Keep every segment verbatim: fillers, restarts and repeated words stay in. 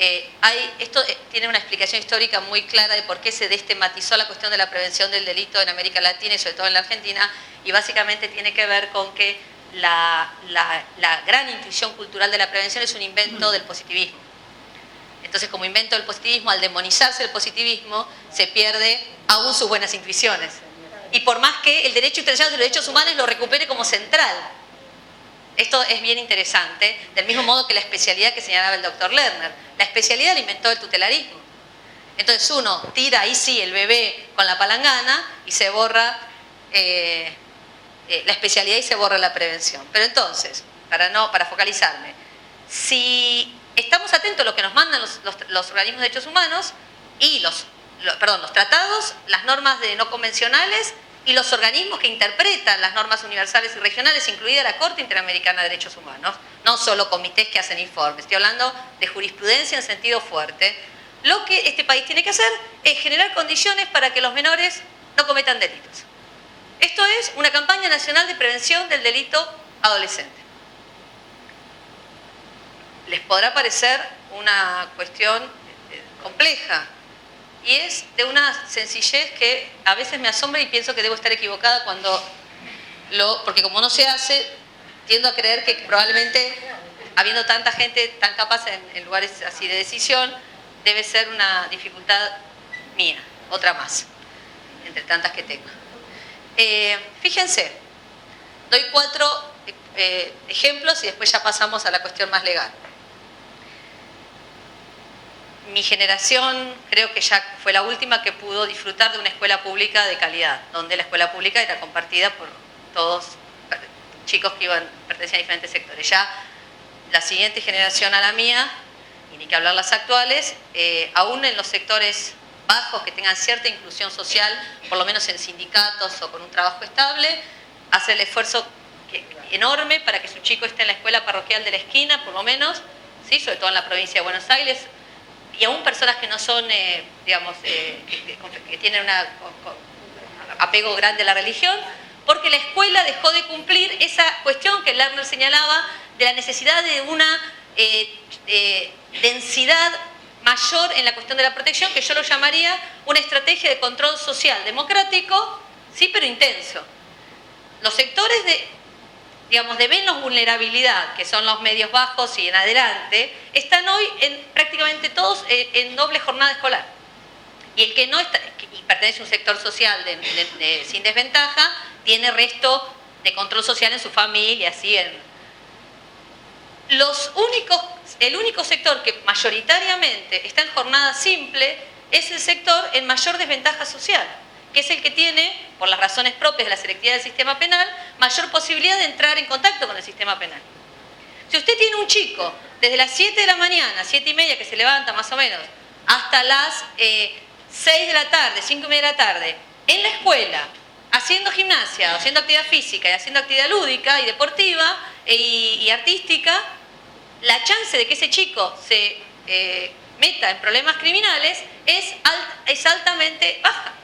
Eh, hay, esto tiene una explicación histórica muy clara de por qué se destematizó la cuestión de la prevención del delito en América Latina y sobre todo en la Argentina, y básicamente tiene que ver con que la, la, la gran intuición cultural de la prevención es un invento del positivismo. Entonces, como invento del positivismo, al demonizarse el positivismo, se pierde aún sus buenas intuiciones. Y por más que el derecho internacional de los derechos humanos lo recupere como central. Esto es bien interesante, del mismo modo que la especialidad que señalaba el doctor Lerner. La especialidad la inventó el tutelarismo. Entonces uno tira ahí sí el bebé con la palangana y se borra eh, eh, la especialidad y se borra la prevención. Pero entonces, para, no, para focalizarme, si estamos atentos a lo que nos mandan los, los, los organismos de derechos humanos y los, los, perdón, los tratados, las normas de no convencionales y los organismos que interpretan las normas universales y regionales, incluida la Corte Interamericana de Derechos Humanos, no solo comités que hacen informes, estoy hablando de jurisprudencia en sentido fuerte, lo que este país tiene que hacer es generar condiciones para que los menores no cometan delitos. Esto es una campaña nacional de prevención del delito adolescente. Les podrá parecer una cuestión compleja, y es de una sencillez que a veces me asombra y pienso que debo estar equivocada cuando lo... Porque como no se hace, tiendo a creer que probablemente, habiendo tanta gente tan capaz en, en lugares así de decisión, debe ser una dificultad mía, otra más, entre tantas que tengo. Eh, fíjense, doy cuatro eh, ejemplos y después ya pasamos a la cuestión más legal. Mi generación creo que ya fue la última que pudo disfrutar de una escuela pública de calidad, donde la escuela pública era compartida por todos chicos que iban, pertenecían a diferentes sectores. Ya la siguiente generación a la mía, y ni que hablar las actuales, eh, aún en los sectores bajos que tengan cierta inclusión social, por lo menos en sindicatos o con un trabajo estable, hace el esfuerzo que, enorme para que su chico esté en la escuela parroquial de la esquina, por lo menos, ¿sí? Sobre todo en la provincia de Buenos Aires, y aún personas que no son, eh, digamos, eh, que, que tienen un apego grande a la religión, porque la escuela dejó de cumplir esa cuestión que Lerner señalaba de la necesidad de una eh, eh, densidad mayor en la cuestión de la protección, que yo lo llamaría una estrategia de control social democrático, sí, pero intenso. Los sectores de... digamos, de menos vulnerabilidad, que son los medios bajos y en adelante, están hoy en, prácticamente todos en, en doble jornada escolar. Y el que no está, y pertenece a un sector social de, de, de, sin desventaja, tiene resto de control social en su familia, así en... Los únicos, el único sector que mayoritariamente está en jornada simple es el sector en mayor desventaja social, que es el que tiene, por las razones propias de la selectividad del sistema penal, mayor posibilidad de entrar en contacto con el sistema penal. Si usted tiene un chico desde las siete de la mañana, siete y media que se levanta más o menos, hasta las eh, seis de la tarde, cinco y media de la tarde, en la escuela, haciendo gimnasia, haciendo actividad física y haciendo actividad lúdica y deportiva e, y, y artística, la chance de que ese chico se eh, meta en problemas criminales es, alt, es altamente baja.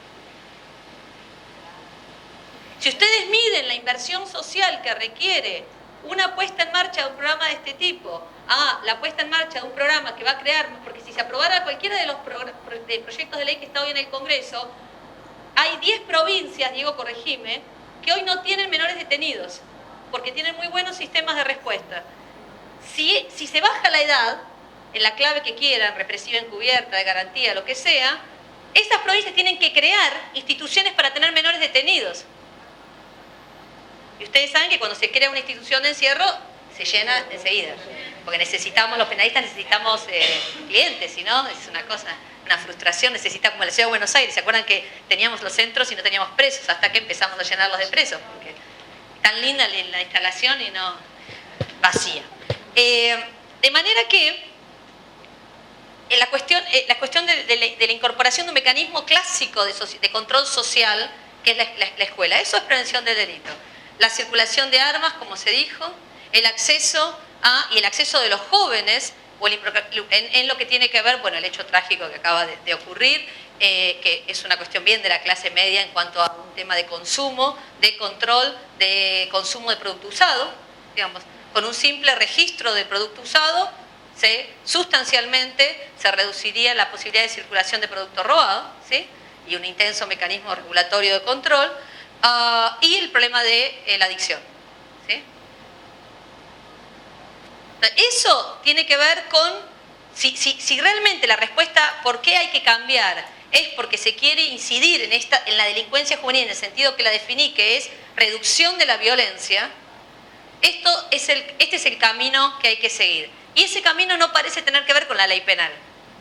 Si ustedes miden la inversión social que requiere una puesta en marcha de un programa de este tipo a la puesta en marcha de un programa que va a crear, porque si se aprobara cualquiera de los pro, de proyectos de ley que está hoy en el Congreso, hay diez provincias, Diego, corregime, que hoy no tienen menores detenidos, porque tienen muy buenos sistemas de respuesta. Si, si se baja la edad, en la clave que quieran, represiva encubierta, de garantía, lo que sea, esas provincias tienen que crear instituciones para tener menores detenidos. Y ustedes saben que cuando se crea una institución de encierro, se llena enseguida. Porque necesitamos, los penalistas necesitamos eh, clientes, si no, es una cosa, una frustración, necesita como la ciudad de Buenos Aires. ¿Se acuerdan que teníamos los centros y no teníamos presos? Hasta que empezamos a llenarlos de presos. Porque tan linda la instalación y no vacía. Eh, de manera que la cuestión, eh, la cuestión de, de, de la incorporación de un mecanismo clásico de, de control social, que es la, la, la escuela, eso es prevención del delito. La circulación de armas, como se dijo, el acceso a, y el acceso de los jóvenes o el, en, en lo que tiene que ver, bueno, el hecho trágico que acaba de, de ocurrir, eh, que es una cuestión bien de la clase media en cuanto a un tema de consumo, de control, de consumo de producto usado, digamos, con un simple registro de producto usado, ¿sí? Sustancialmente se reduciría la posibilidad de circulación de producto robado, ¿sí? Y un intenso mecanismo regulatorio de control, uh, y el problema de eh, la adicción, ¿sí? Eso tiene que ver con, si, si, si realmente la respuesta por qué hay que cambiar es porque se quiere incidir en, esta, en la delincuencia juvenil, en el sentido que la definí, que es reducción de la violencia, esto es el, este es el camino que hay que seguir. Y ese camino no parece tener que ver con la ley penal.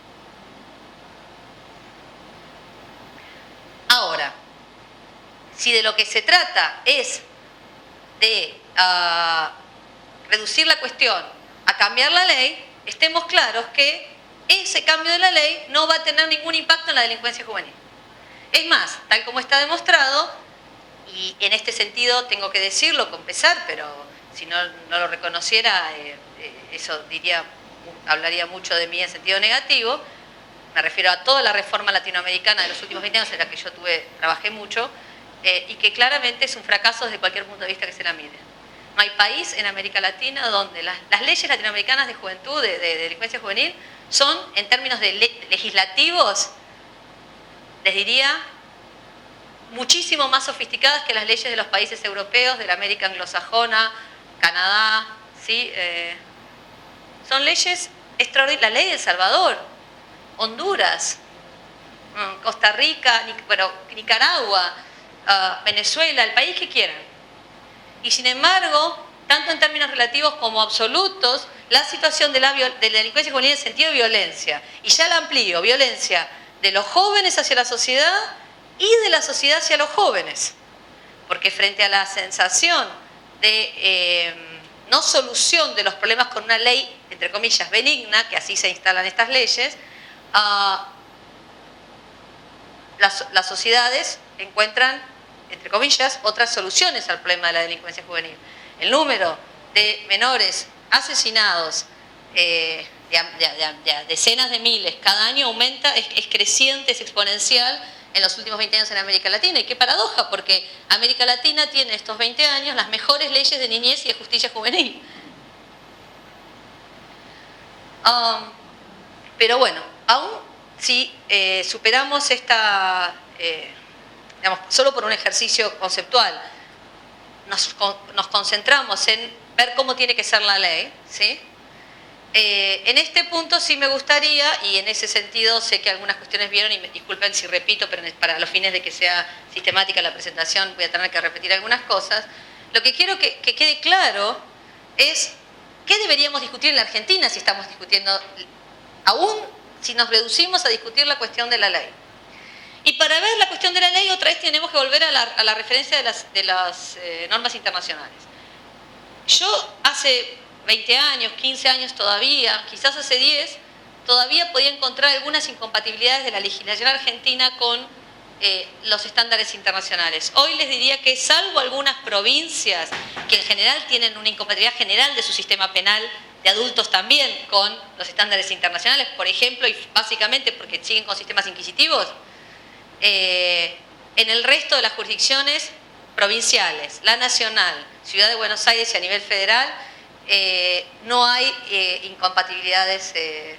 Ahora, si de lo que se trata es de uh, reducir la cuestión a cambiar la ley, estemos claros que ese cambio de la ley no va a tener ningún impacto en la delincuencia juvenil. Es más, tal como está demostrado, y en este sentido tengo que decirlo con pesar, pero si no, no lo reconociera, eh, eh, eso diría, hablaría mucho de mí en sentido negativo. Me refiero a toda la reforma latinoamericana de los últimos veinte años en la que yo tuve, trabajé mucho, eh, y que claramente es un fracaso desde cualquier punto de vista que se la mire. No hay país en América Latina donde las, las leyes latinoamericanas de juventud, de, de, de delincuencia juvenil, son, en términos de le, legislativos, les diría, muchísimo más sofisticadas que las leyes de los países europeos, de la América anglosajona, Canadá, ¿sí? Eh, son leyes extraordinarias. La ley de El Salvador, Honduras, Costa Rica, bueno, Nicaragua, uh, Venezuela, el país que quieran. Y sin embargo, tanto en términos relativos como absolutos, la situación de la, de la delincuencia juvenil en sentido de violencia, y ya la amplío, violencia de los jóvenes hacia la sociedad y de la sociedad hacia los jóvenes. Porque frente a la sensación de eh, no solución de los problemas con una ley, entre comillas, benigna, que así se instalan estas leyes, uh, las, las sociedades encuentran, entre comillas, otras soluciones al problema de la delincuencia juvenil. El número de menores asesinados, eh, de, de, de, de decenas de miles cada año aumenta, es, es creciente, es exponencial en los últimos veinte años en América Latina. Y qué paradoja, porque América Latina tiene estos veinte años las mejores leyes de niñez y de justicia juvenil. Um, pero bueno, aún si eh, superamos esta, eh, digamos, solo por un ejercicio conceptual, nos, nos concentramos en ver cómo tiene que ser la ley, ¿sí? Eh, en este punto sí me gustaría, y en ese sentido sé que algunas cuestiones vieron, y me disculpen si repito, pero para los fines de que sea sistemática la presentación voy a tener que repetir algunas cosas. Lo que quiero que, que quede claro es qué deberíamos discutir en la Argentina si estamos discutiendo, aún si nos reducimos a discutir la cuestión de la ley. Y para ver la cuestión de la ley, otra vez tenemos que volver a la, a la referencia de las, de las eh, normas internacionales. Yo hace veinte años, quince años todavía, quizás hace diez, todavía podía encontrar algunas incompatibilidades de la legislación argentina con eh, los estándares internacionales. Hoy les diría que, salvo algunas provincias que en general tienen una incompatibilidad general de su sistema penal de adultos también con los estándares internacionales, por ejemplo, y básicamente porque siguen con sistemas inquisitivos, eh, en el resto de las jurisdicciones provinciales, la nacional, Ciudad de Buenos Aires y a nivel federal, eh, no hay eh, incompatibilidades eh, eh,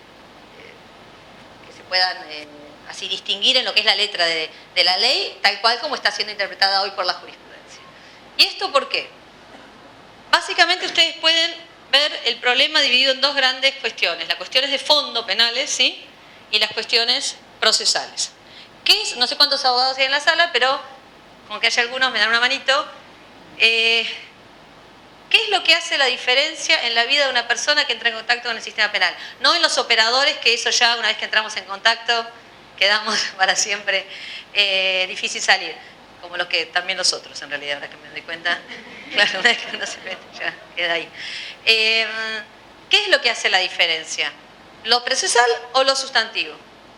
que se puedan eh, así distinguir en lo que es la letra de, de la ley, tal cual como está siendo interpretada hoy por la jurisprudencia. ¿Y esto por qué? Básicamente ustedes pueden ver el problema dividido en dos grandes cuestiones, las cuestiones de fondo penales, ¿sí? Y las cuestiones procesales. ¿Qué es? No sé cuántos abogados hay en la sala, pero como que haya algunos, me dan una manito. Eh, ¿Qué es lo que hace la diferencia en la vida de una persona que entra en contacto con el sistema penal? No en los operadores, que eso ya una vez que entramos en contacto quedamos para siempre eh, difícil salir, como los que también los otros en realidad, ahora que me doy cuenta. Claro, una vez que uno se mete ya queda ahí. Eh, ¿Qué es lo que hace la diferencia? ¿Lo procesal o lo sustantivo?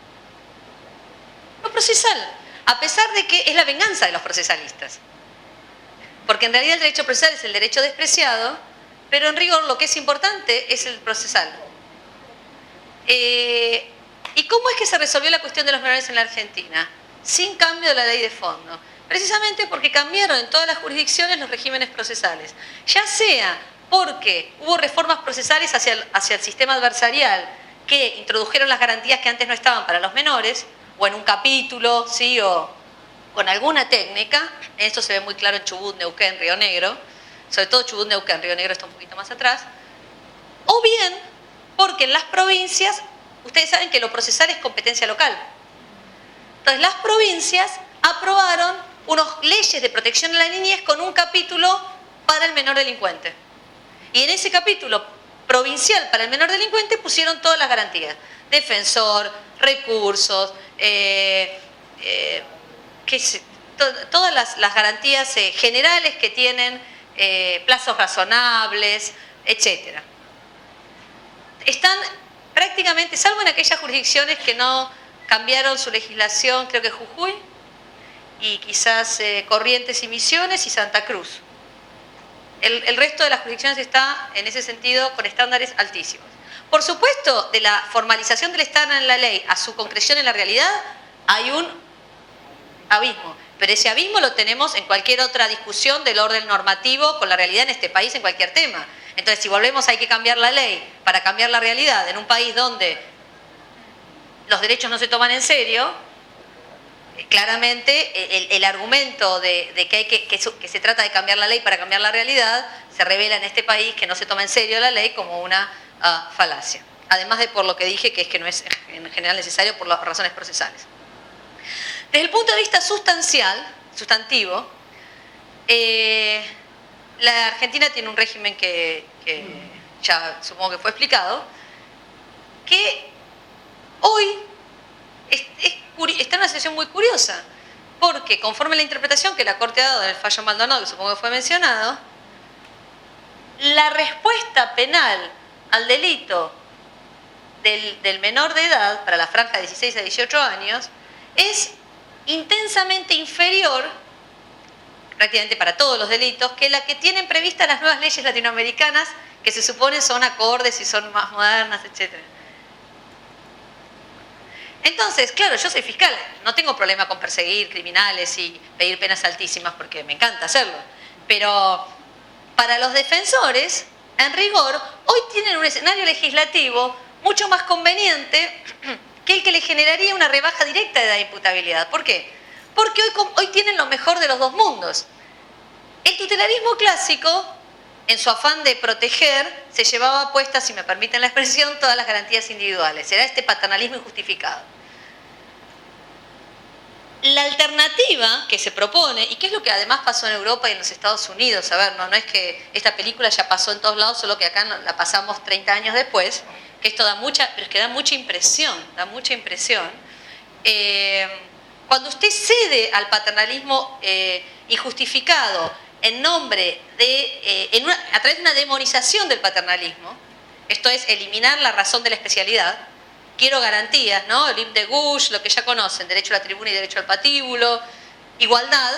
Lo procesal, a pesar de que es la venganza de los procesalistas. Porque en realidad el derecho procesal es el derecho despreciado, pero en rigor lo que es importante es el procesal. Eh, ¿Y cómo es que se resolvió la cuestión de los menores en la Argentina? Sin cambio de la ley de fondo. Precisamente porque cambiaron en todas las jurisdicciones los regímenes procesales. Ya sea porque hubo reformas procesales hacia el, hacia el sistema adversarial que introdujeron las garantías que antes no estaban para los menores, o en un capítulo, ¿sí? O con alguna técnica. Esto se ve muy claro en Chubut, Neuquén, Río Negro, sobre todo Chubut, Neuquén, Río Negro está un poquito más atrás. O bien, porque en las provincias, ustedes saben que lo procesal es competencia local. Entonces, las provincias aprobaron unas leyes de protección a la niñez con un capítulo para el menor delincuente. Y en ese capítulo provincial para el menor delincuente pusieron todas las garantías. Defensor, recursos, eh, eh, qué sé, to, todas las, las garantías eh, generales que tienen eh, plazos razonables, etcétera. Están prácticamente, salvo en aquellas jurisdicciones que no cambiaron su legislación, creo que Jujuy, y quizás eh, Corrientes y Misiones y Santa Cruz. El, el resto de las jurisdicciones está, en ese sentido, con estándares altísimos. Por supuesto, de la formalización del estándar en la ley a su concreción en la realidad, hay un abismo. Pero ese abismo lo tenemos en cualquier otra discusión del orden normativo con la realidad en este país, en cualquier tema. Entonces, si volvemos, hay que cambiar la ley para cambiar la realidad en un país donde los derechos no se toman en serio. Claramente el, el argumento de, de que, hay que, que, que se trata de cambiar la ley para cambiar la realidad se revela en este país que no se toma en serio la ley como una uh, falacia. Además de por lo que dije, que es que no es en general necesario por las razones procesales. Desde el punto de vista sustancial, sustantivo, eh, la Argentina tiene un régimen que, que ya supongo que fue explicado, que hoy es, es está en una situación muy curiosa, porque conforme a la interpretación que la Corte ha dado en el fallo Maldonado, que supongo que fue mencionado, la respuesta penal al delito del, del menor de edad, para la franja de dieciséis a dieciocho años, es intensamente inferior, prácticamente para todos los delitos, que la que tienen previstas las nuevas leyes latinoamericanas, que se supone son acordes y son más modernas, etcétera. Entonces, claro, yo soy fiscal, no tengo problema con perseguir criminales y pedir penas altísimas porque me encanta hacerlo. Pero para los defensores, en rigor, hoy tienen un escenario legislativo mucho más conveniente que el que le generaría una rebaja directa de la imputabilidad. ¿Por qué? Porque hoy, hoy tienen lo mejor de los dos mundos. El tutelarismo clásico, en su afán de proteger, se llevaba puestas, si me permiten la expresión, todas las garantías individuales. Era este paternalismo injustificado. La alternativa que se propone, y que es lo que además pasó en Europa y en los Estados Unidos, a ver, no, no es que esta película ya pasó en todos lados, solo que acá la pasamos treinta años después, que esto da mucha, pero es que da mucha impresión, da mucha impresión. Eh, cuando usted cede al paternalismo eh, injustificado en nombre de, eh, en una, a través de una demonización del paternalismo, esto es eliminar la razón de la especialidad, quiero garantías, ¿no? El I M de Gush, lo que ya conocen, derecho a la tribuna y derecho al patíbulo, igualdad.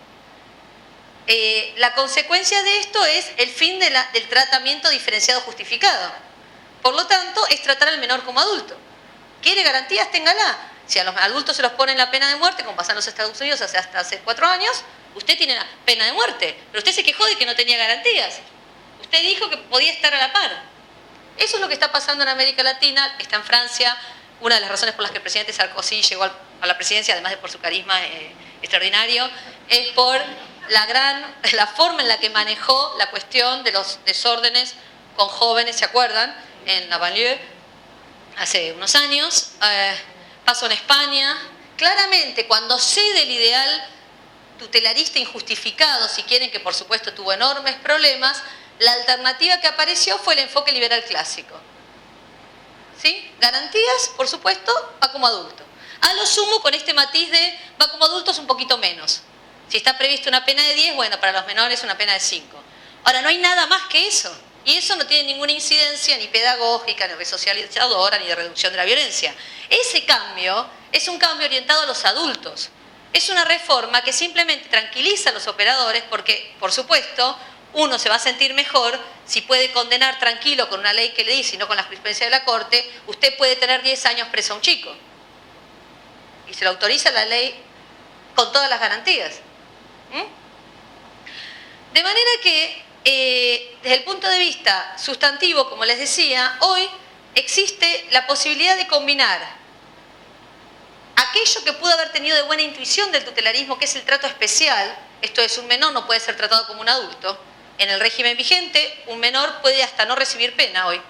Eh, la consecuencia de esto es el fin de la, del tratamiento diferenciado justificado. Por lo tanto, es tratar al menor como adulto. ¿Quiere garantías? Téngala. Si a los adultos se los ponen la pena de muerte, como pasa en los Estados Unidos hace, hasta hace cuatro años, usted tiene la pena de muerte. Pero usted se quejó de que no tenía garantías. Usted dijo que podía estar a la par. Eso es lo que está pasando en América Latina, está en Francia. Una de las razones por las que el presidente Sarkozy llegó a la presidencia, además de por su carisma eh, extraordinario, es por la gran, la forma en la que manejó la cuestión de los desórdenes con jóvenes, ¿se acuerdan? En la banlieue, hace unos años. Eh, pasó en España. Claramente, cuando cede el ideal tutelarista injustificado, si quieren, que por supuesto tuvo enormes problemas, la alternativa que apareció fue el enfoque liberal clásico. ¿Sí? Garantías, por supuesto, va como adulto. A lo sumo, con este matiz de va como adultos un poquito menos. Si está prevista una pena de diez, bueno, para los menores una pena de cinco. Ahora, no hay nada más que eso. Y eso no tiene ninguna incidencia ni pedagógica, ni resocializadora, ni de reducción de la violencia. Ese cambio es un cambio orientado a los adultos. Es una reforma que simplemente tranquiliza a los operadores porque, por supuesto, uno se va a sentir mejor si puede condenar tranquilo con una ley que le dice y no con la jurisprudencia de la Corte. Usted puede tener diez años preso a un chico. Y se lo autoriza la ley con todas las garantías. ¿Mm? De manera que eh, desde el punto de vista sustantivo, como les decía, hoy existe la posibilidad de combinar aquello que pudo haber tenido de buena intuición del tutelarismo, que es el trato especial. Esto es, un menor no puede ser tratado como un adulto. En el régimen vigente, un menor puede hasta no recibir pena hoy,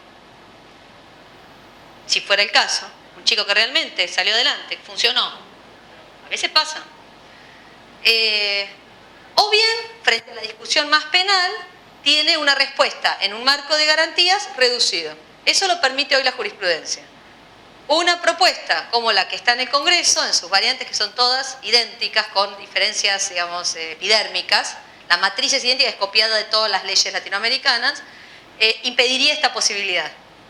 si fuera el caso. Un chico que realmente salió adelante, funcionó. A veces pasa. Eh, o bien, frente a la discusión más penal, tiene una respuesta en un marco de garantías reducido. Eso lo permite hoy la jurisprudencia. Una propuesta como la que está en el Congreso, en sus variantes que son todas idénticas, con diferencias, digamos, eh, epidérmicas, la matriz es idéntica, es copiada de todas las leyes latinoamericanas, eh, impediría esta posibilidad.